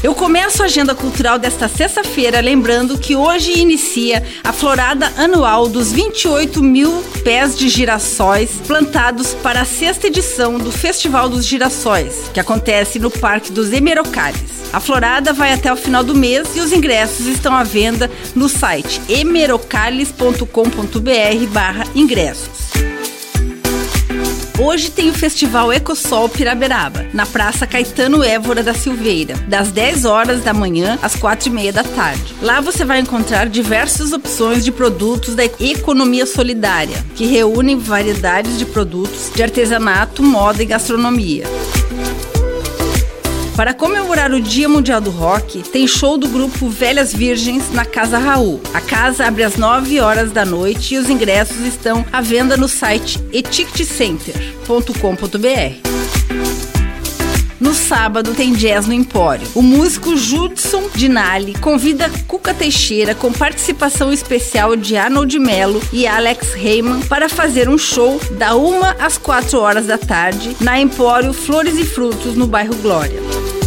Eu começo a agenda cultural desta sexta-feira lembrando que hoje inicia a florada anual dos 28 mil pés de girassóis plantados para a 6ª edição do Festival dos Girassóis, que acontece no Parque dos Emerocalhes. A florada vai até o final do mês e os ingressos estão à venda no site emerocalhes.com.br/ingressos. Hoje tem o Festival Ecosol Piraberaba, na Praça Caetano Évora da Silveira, das 10 horas da manhã às 4h30 da tarde. Lá você vai encontrar diversas opções de produtos da economia solidária, que reúnem variedades de produtos de artesanato, moda e gastronomia. Para comemorar o Dia Mundial do Rock, tem show do grupo Velhas Virgens na Casa Raul. A casa abre às 9 horas da noite e os ingressos estão à venda no site eticketcenter.com.br. No sábado tem jazz no Empório. O músico Judson Dinali convida Cuca Teixeira com participação especial de Arnold Mello e Alex Heyman para fazer um show da 1 às 4 horas da tarde na Empório Flores e Frutos, no bairro Glória.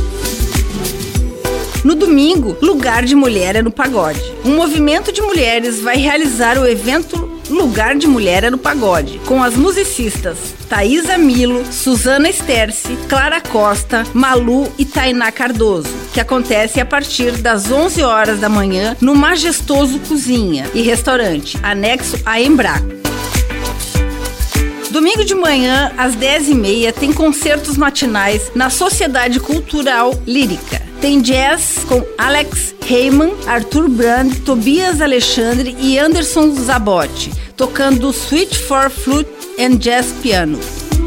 No domingo, Lugar de Mulher é no Pagode. Um movimento de mulheres vai realizar o evento Lugar de Mulher é no Pagode, com as musicistas Thaisa Milo, Suzana Sterce, Clara Costa, Malu e Tainá Cardoso, que acontece a partir das 11 horas da manhã no majestoso Cozinha e Restaurante, anexo a Embraco. Domingo de manhã, às 10h30, tem concertos matinais na Sociedade Cultural Lírica. Tem jazz com Alex Heyman, Arthur Brand, Tobias Alexandre e Anderson Zabotti, tocando Suite for Flute and Jazz Piano.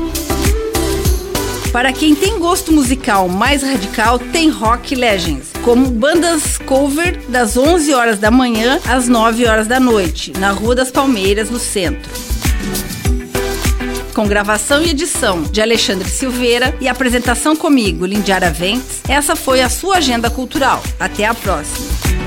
Para quem tem gosto musical mais radical, tem Rock Legends, como bandas cover das 11 horas da manhã às 9 horas da noite, na Rua das Palmeiras, no centro. Com gravação e edição de Alexandre Silveira e apresentação comigo, Lindiara Ventes, essa foi a sua agenda cultural. Até a próxima!